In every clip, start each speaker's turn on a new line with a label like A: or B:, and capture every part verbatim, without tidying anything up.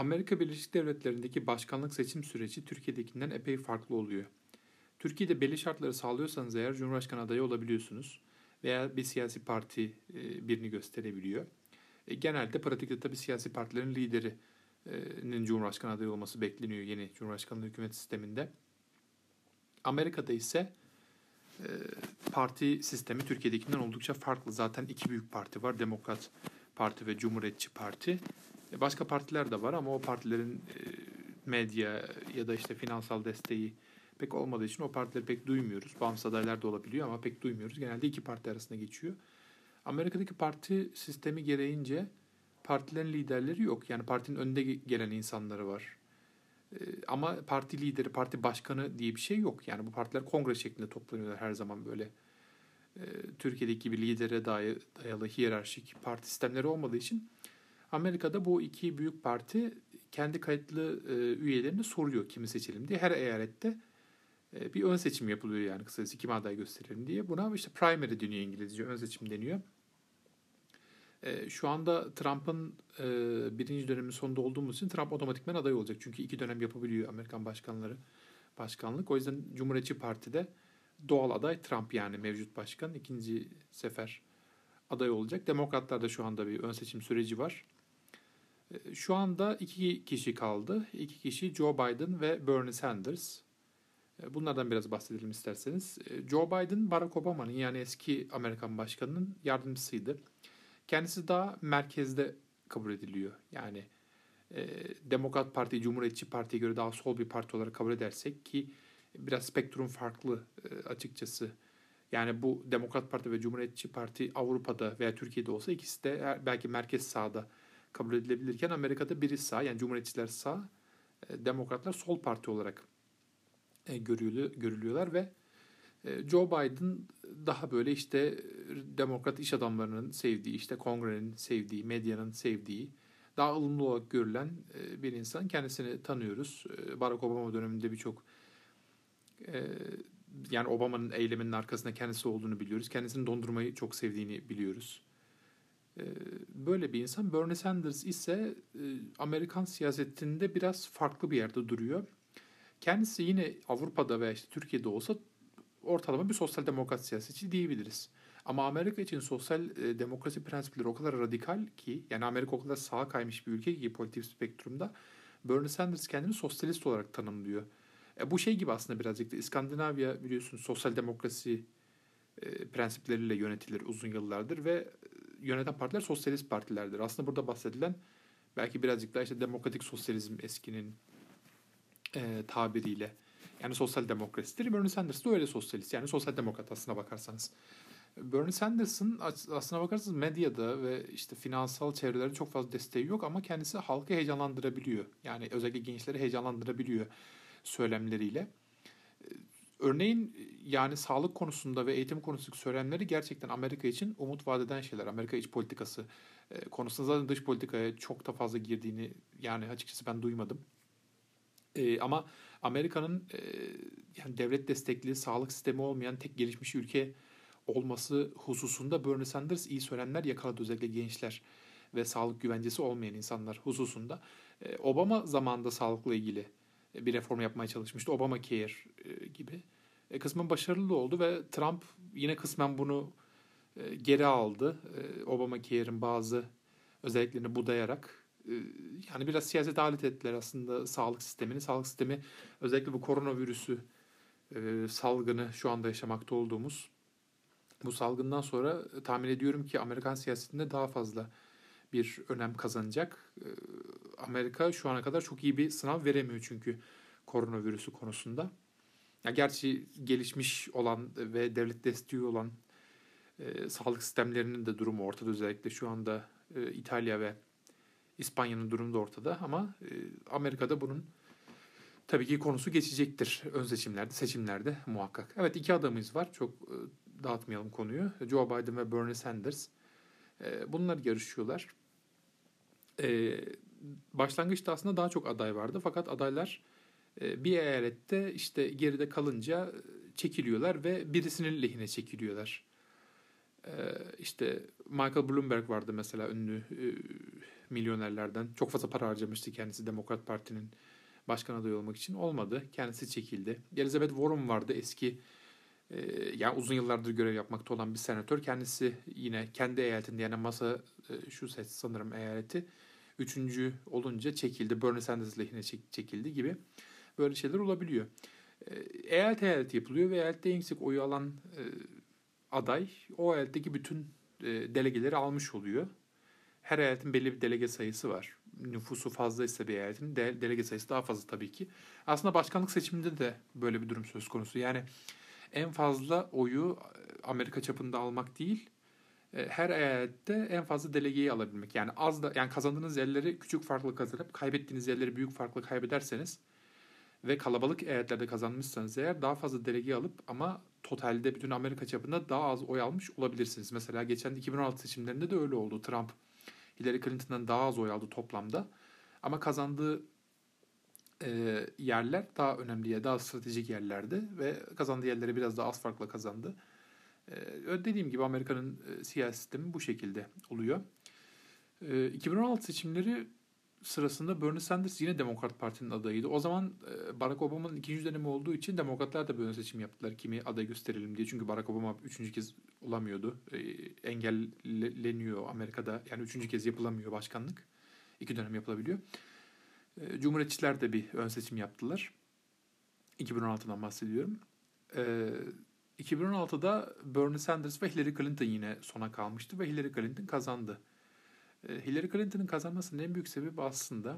A: Amerika Birleşik Devletleri'ndeki başkanlık seçim süreci Türkiye'dekinden epey farklı oluyor. Türkiye'de belli şartları sağlıyorsanız eğer Cumhurbaşkanı adayı olabiliyorsunuz veya bir siyasi parti e, birini gösterebiliyor. E, genelde pratikte tabii siyasi partilerin liderinin Cumhurbaşkanı adayı olması bekleniyor yeni Cumhurbaşkanlığı hükümet sisteminde. Amerika'da ise e, parti sistemi Türkiye'dekinden oldukça farklı. Zaten iki büyük parti var. Demokrat Parti ve Cumhuriyetçi Parti. E, başka partiler de var ama o partilerin e, medya ya da işte finansal desteği pek olmadığı için o partileri pek duymuyoruz. Bağımsız adaylar da olabiliyor ama pek duymuyoruz. Genelde iki parti arasında geçiyor. Amerika'daki parti sistemi gereğince partilerin liderleri yok. Yani partinin önde gelen insanları var. Ee, ama parti lideri, parti başkanı diye bir şey yok. Yani bu partiler kongre şeklinde toplanıyorlar her zaman böyle. Ee, Türkiye'deki gibi lidere dayalı hiyerarşik parti sistemleri olmadığı için Amerika'da bu iki büyük parti kendi kayıtlı e, üyelerini soruyor kimi seçelim diye. Her eyalette e, bir ön seçim yapılıyor yani kısacası kimi aday gösterelim diye. Buna işte primary deniyor İngilizce, ön seçim deniyor. E, şu anda Trump'ın e, birinci dönemin sonunda olduğumuz için Trump otomatikman aday olacak. Çünkü iki dönem yapabiliyor Amerikan başkanları başkanlık. O yüzden Cumhuriyetçi Parti'de doğal aday Trump yani mevcut başkan ikinci sefer aday olacak. Demokratlarda şu anda bir ön seçim süreci var. E, şu anda iki kişi kaldı. İki kişi Joe Biden ve Bernie Sanders. E, bunlardan biraz bahsedelim isterseniz. E, Joe Biden, Barack Obama'nın yani eski Amerikan başkanının yardımcısıydı. Kendisi daha merkezde kabul ediliyor. Yani e, Demokrat Parti, Cumhuriyetçi Parti'ye göre daha sol bir parti olarak kabul edersek ki biraz spektrum farklı e, açıkçası. Yani bu Demokrat Parti ve Cumhuriyetçi Parti Avrupa'da veya Türkiye'de olsa ikisi de belki merkez sağda kabul edilebilirken Amerika'da biri sağ yani Cumhuriyetçiler sağ, e, Demokratlar sol parti olarak e, görülüyor, görülüyorlar ve Joe Biden daha böyle işte demokrat iş adamlarının sevdiği, işte kongrenin sevdiği, medyanın sevdiği, daha ılımlı olarak görülen bir insan. Kendisini tanıyoruz. Barack Obama döneminde birçok yani Obama'nın eyleminin arkasında kendisi olduğunu biliyoruz. Kendisinin dondurmayı çok sevdiğini biliyoruz. Böyle bir insan. Bernie Sanders ise Amerikan siyasetinde biraz farklı bir yerde duruyor. Kendisi yine Avrupa'da veya işte Türkiye'de olsa ortalama bir sosyal demokrat siyasetçi diyebiliriz. Ama Amerika için sosyal e, demokrasi prensipleri o kadar radikal ki yani Amerika o kadar sağa kaymış bir ülke ki politik spektrumda Bernie Sanders kendini sosyalist olarak tanımlıyor. E, bu şey gibi aslında birazcık da İskandinavya biliyorsunuz sosyal demokrasi e, prensipleriyle yönetilir uzun yıllardır ve e, yöneten partiler sosyalist partilerdir. Aslında burada bahsedilen belki birazcık daha işte demokratik sosyalizm eskinin e, tabiriyle. Yani sosyal demokrasidir. Bernie Sanders de öyle sosyalist. Yani sosyal demokrat aslına bakarsanız. Bernie Sanders'ın aslına bakarsanız medyada ve işte finansal çevrelerde çok fazla desteği yok ama kendisi halkı heyecanlandırabiliyor. Yani özellikle gençleri heyecanlandırabiliyor söylemleriyle. Örneğin yani sağlık konusunda ve eğitim konusundaki söylemleri gerçekten Amerika için umut vaat eden şeyler. Amerika iç politikası konusunda zaten dış politikaya çok da fazla girdiğini yani açıkçası ben duymadım. Ee, ama Amerika'nın e, yani devlet destekli sağlık sistemi olmayan tek gelişmiş ülke olması hususunda Bernie Sanders iyi söylemler yakaladı özellikle gençler ve sağlık güvencesi olmayan insanlar hususunda. Ee, Obama zamanında sağlıkla ilgili bir reform yapmaya çalışmıştı. Obamacare e, gibi. E, kısmen başarılı oldu ve Trump yine kısmen bunu e, geri aldı. E, Obamacare'in bazı özelliklerini budayarak yani biraz siyaset alet ettiler aslında sağlık sistemini. Sağlık sistemi özellikle bu koronavirüsü e, salgını şu anda yaşamakta olduğumuz bu salgından sonra tahmin ediyorum ki Amerikan siyasetinde daha fazla bir önem kazanacak. E, Amerika şu ana kadar çok iyi bir sınav veremiyor çünkü koronavirüsü konusunda. Ya gerçi gelişmiş olan ve devlet desteği olan e, sağlık sistemlerinin de durumu ortada özellikle şu anda e, İtalya ve İspanya'nın durumu da ortada ama e, Amerika'da bunun tabii ki konusu geçecektir ön seçimlerde, seçimlerde muhakkak. Evet iki adamımız var. Çok e, dağıtmayalım konuyu. Joe Biden ve Bernie Sanders. E, bunlar yarışıyorlar. E, başlangıçta aslında daha çok aday vardı fakat adaylar e, bir eyalette işte geride kalınca çekiliyorlar ve birisinin lehine çekiliyorlar. E, işte Michael Bloomberg vardı mesela ünlü e, milyonerlerden. Çok fazla para harcamıştı kendisi Demokrat Parti'nin başkan adayı olmak için. Olmadı. Kendisi çekildi. Elizabeth Warren vardı, eski e, yani uzun yıllardır görev yapmakta olan bir senatör. Kendisi yine kendi eyaletinde, yani Massachusetts sanırım eyaleti, üçüncü olunca çekildi. Bernie Sanders lehine çekildi gibi. Böyle şeyler olabiliyor. E, eyalet eyalet yapılıyor ve eyalette en yüksek oyu alan e, aday o eyaletteki bütün e, delegeleri almış oluyor. Her eyaletin belli bir delege sayısı var. Nüfusu fazlaysa bir eyaletin de, delege sayısı daha fazla tabii ki. Aslında başkanlık seçiminde de böyle bir durum söz konusu. Yani en fazla oyu Amerika çapında almak değil, her eyalette en fazla delegeyi alabilmek. Yani az da, yani kazandığınız yerleri küçük farklı kazanıp kaybettiğiniz yerleri büyük farklı kaybederseniz ve kalabalık eyaletlerde kazanmışsanız eğer daha fazla delege alıp ama totalde bütün Amerika çapında daha az oy almış olabilirsiniz. Mesela geçen iki bin on altı seçimlerinde de öyle oldu. Trump Hillary Clinton'dan daha az oy aldı toplamda. Ama kazandığı e, yerler daha önemli, daha stratejik yerlerdi ve kazandığı yerleri biraz daha az farkla kazandı. E, dediğim gibi Amerika'nın e, siyasi sistemi bu şekilde oluyor. E, iki bin on altı seçimleri sırasında Bernie Sanders yine Demokrat Parti'nin adayıydı. O zaman e, Barack Obama'nın ikinci dönemi olduğu için Demokratlar da böyle seçim yaptılar. Kimi aday gösterelim diye. Çünkü Barack Obama üçüncü kez olamıyordu. E, engelleniyor Amerika'da. Yani üçüncü kez yapılamıyor başkanlık. İki dönem yapılabiliyor. E, Cumhuriyetçiler de bir ön seçim yaptılar. iki bin on altıdan bahsediyorum. E, iki bin on altıda Bernie Sanders ve Hillary Clinton yine sona kalmıştı ve Hillary Clinton kazandı. Hillary Clinton'ın kazanmasının en büyük sebebi aslında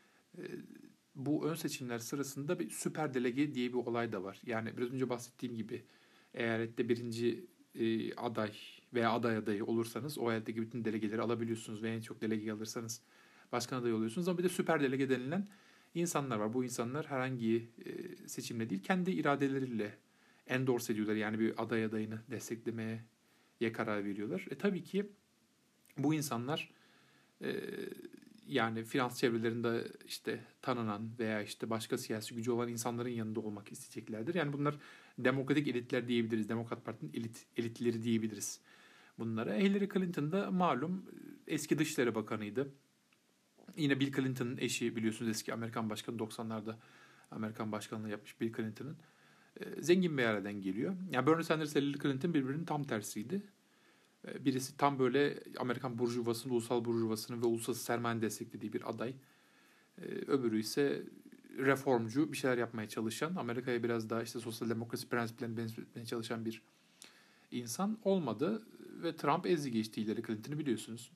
A: bu ön seçimler sırasında bir süper delege diye bir olay da var. Yani biraz önce bahsettiğim gibi eyalette birinci aday veya aday adayı olursanız o eyaletteki bütün delegeleri alabiliyorsunuz ve en çok delege alırsanız başkan adayı oluyorsunuz. Ama bir de süper delege denilen insanlar var. Bu insanlar herhangi seçimle değil, kendi iradeleriyle endorse ediyorlar. Yani bir aday adayını desteklemeye karar veriyorlar. E tabii ki bu insanlar Ee, yani finans çevrelerinde işte tanınan veya işte başka siyasi gücü olan insanların yanında olmak isteyeceklerdir. Yani bunlar demokratik elitler diyebiliriz. Demokrat Parti'nin elit, elitleri diyebiliriz bunlara. Hillary Clinton da malum eski Dışişleri Bakanıydı. Yine Bill Clinton'ın eşi, biliyorsunuz, eski Amerikan Başkanı, doksanlarda Amerikan Başkanlığı yapmış Bill Clinton'ın. Ee, zengin bir aileden geliyor. Yani Bernie Sanders ile Hillary Clinton birbirinin tam tersiydi. Birisi tam böyle Amerikan burjuvasının, ulusal burjuvasının ve uluslararası sermayenin desteklediği bir aday. Öbürü ise reformcu, bir şeyler yapmaya çalışan, Amerika'ya biraz daha işte sosyal demokrasi prensiplerine benzetmeye çalışan bir insan olmadı. Ve Trump ezdi geçti Hillary Clinton'ı, biliyorsunuz.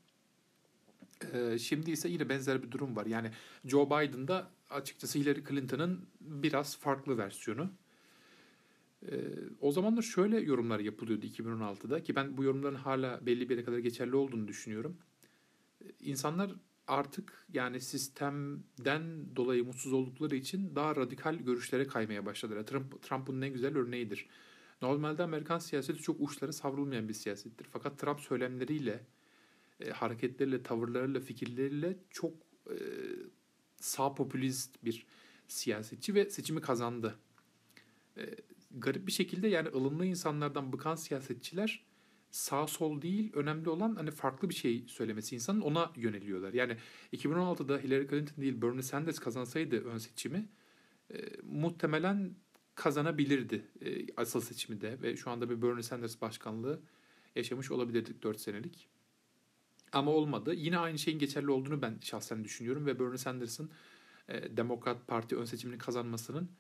A: Şimdi ise yine benzer bir durum var. Yani Joe Biden'da açıkçası Hillary Clinton'ın biraz farklı versiyonu. Ee, o zamanlar şöyle yorumlar yapılıyordu iki bin on altıda ki ben bu yorumların hala belli bir yere kadar geçerli olduğunu düşünüyorum. Ee, İnsanlar artık yani sistemden dolayı mutsuz oldukları için daha radikal görüşlere kaymaya başladılar. Trump, Trump'ın en güzel örneğidir. Normalde Amerikan siyaseti çok uçlara savrulmayan bir siyasettir. Fakat Trump söylemleriyle, e, hareketleriyle, tavırlarıyla, fikirleriyle çok e, sağ popülist bir siyasetçi ve seçimi kazandı. E, garip bir şekilde yani ılımlı insanlardan bıkan siyasetçiler sağ sol değil, önemli olan hani farklı bir şey söylemesi, insanın ona yöneliyorlar. Yani iki bin on altıda Hillary Clinton değil Bernie Sanders kazansaydı ön seçimi e, muhtemelen kazanabilirdi e, asıl seçimi de ve şu anda bir Bernie Sanders başkanlığı yaşamış olabilirdik dört senelik. Ama olmadı. Yine aynı şeyin geçerli olduğunu ben şahsen düşünüyorum ve Bernie Sanders'ın e, Demokrat Parti ön seçimini kazanmasının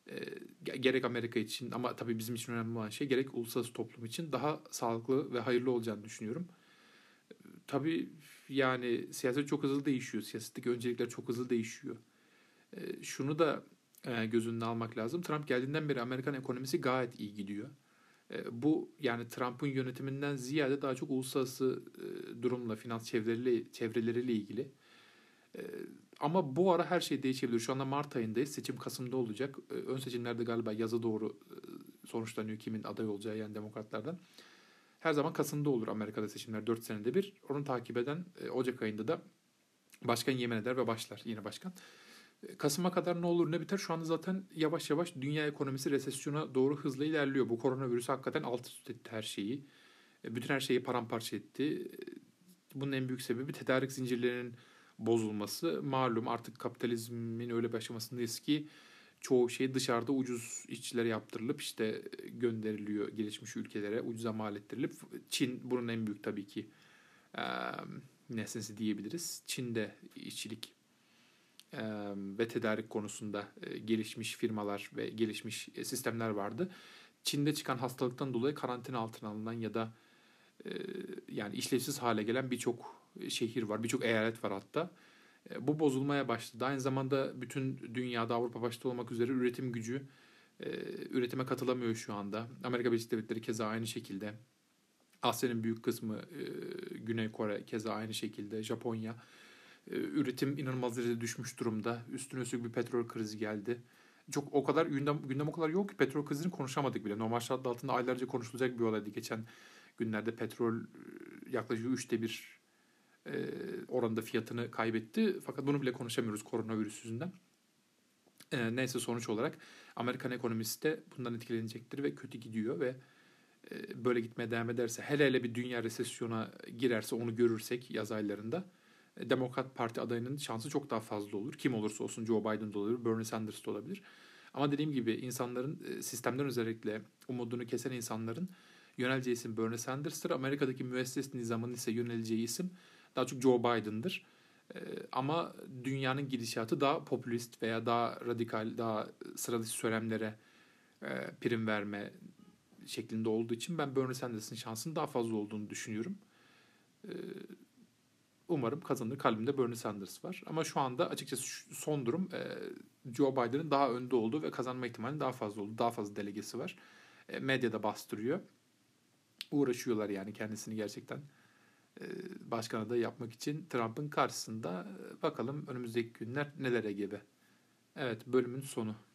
A: e, gerek Amerika için ama tabii bizim için önemli olan şey gerek uluslararası toplum için daha sağlıklı ve hayırlı olacağını düşünüyorum. E, tabii yani siyaset çok hızlı değişiyor. Siyasetteki öncelikler çok hızlı değişiyor. E, şunu da e, göz önüne almak lazım. Trump geldiğinden beri Amerikan ekonomisi gayet iyi gidiyor. E, bu yani Trump'ın yönetiminden ziyade daha çok uluslararası e, durumla, finans çevreleriyle, çevreleriyle ilgili. E, ama bu ara her şey değişebilir. Şu anda Mart ayındayız. Seçim Kasım'da olacak. E, ön seçimlerde galiba yaza doğru e, sonuçlanıyor kimin aday olacağı, yani demokratlardan. Her zaman Kasım'da olur Amerika'da seçimler, dört senede bir. Onu takip eden e, Ocak ayında da başkan yemin eder ve başlar yine başkan. Kasım'a kadar ne olur ne biter, şu anda zaten yavaş yavaş dünya ekonomisi resesyona doğru hızla ilerliyor. Bu koronavirüs hakikaten alt üst etti her şeyi. Bütün her şeyi paramparça etti. Bunun en büyük sebebi tedarik zincirlerinin bozulması malum. Artık kapitalizmin öyle bir aşamasındayız ki çoğu şey dışarıda ucuz işçilere yaptırılıp işte gönderiliyor gelişmiş ülkelere, ucuza mal ettirilip. Çin bunun en büyük tabii ki e, nesnesi diyebiliriz. Çin'de işçilik e, ve tedarik konusunda e, gelişmiş firmalar ve gelişmiş e, sistemler vardı. Çin'de çıkan hastalıktan dolayı karantina altına alınan ya da e, yani işlevsiz hale gelen birçok şehir var, birçok eyalet var hatta. E, bu bozulmaya başladı. Aynı zamanda bütün dünyada Avrupa başta olmak üzere üretim gücü e, üretime katılamıyor şu anda. Amerika Birleşik Devletleri keza aynı şekilde. Asya'nın büyük kısmı, e, Güney Kore keza aynı şekilde, Japonya. E, üretim inanılmaz derecede düşmüş durumda. Üstüne üstlük bir petrol krizi geldi. Çok o kadar gündem, gündem o kadar yok ki petrol krizini konuşamadık bile. Normal şartlar altında aylarca konuşulacak bir olaydı. Geçen günlerde petrol e, yaklaşık üçte bir e, oranında fiyatını kaybetti. Fakat bunu bile konuşamıyoruz koronavirüs yüzünden. E, neyse sonuç olarak Amerikan ekonomisi de bundan etkilenecektir ve kötü gidiyor ve e, böyle gitmeye devam ederse, hele hele bir dünya resesyona girerse, onu görürsek yaz aylarında, e, Demokrat Parti adayının şansı çok daha fazla olur. Kim olursa olsun, Joe Biden de olabilir, Bernie Sanders da olabilir. Ama dediğim gibi insanların, e, sistemden özellikle umudunu kesen insanların yöneleceği isim Bernie Sanders'tır. Amerika'daki müesses nizamın ise yöneleceği isim daha çok Joe Biden'dır. E, ama dünyanın gidişatı daha popülist veya daha radikal, daha sıra dışı söylemlere e, prim verme şeklinde olduğu için ben Bernie Sanders'ın şansının daha fazla olduğunu düşünüyorum. Ee, Umarım kazanır. Kalbimde Bernie Sanders var. Ama şu anda açıkçası son durum e, Joe Biden'ın daha önde olduğu ve kazanma ihtimalinin daha fazla olduğu. Daha fazla delegesi var. E, medyada bastırıyor. Uğraşıyorlar yani kendisini gerçekten e, başkan adayı yapmak için Trump'ın karşısında. E, bakalım önümüzdeki günler nelere gebe. Evet, bölümün sonu.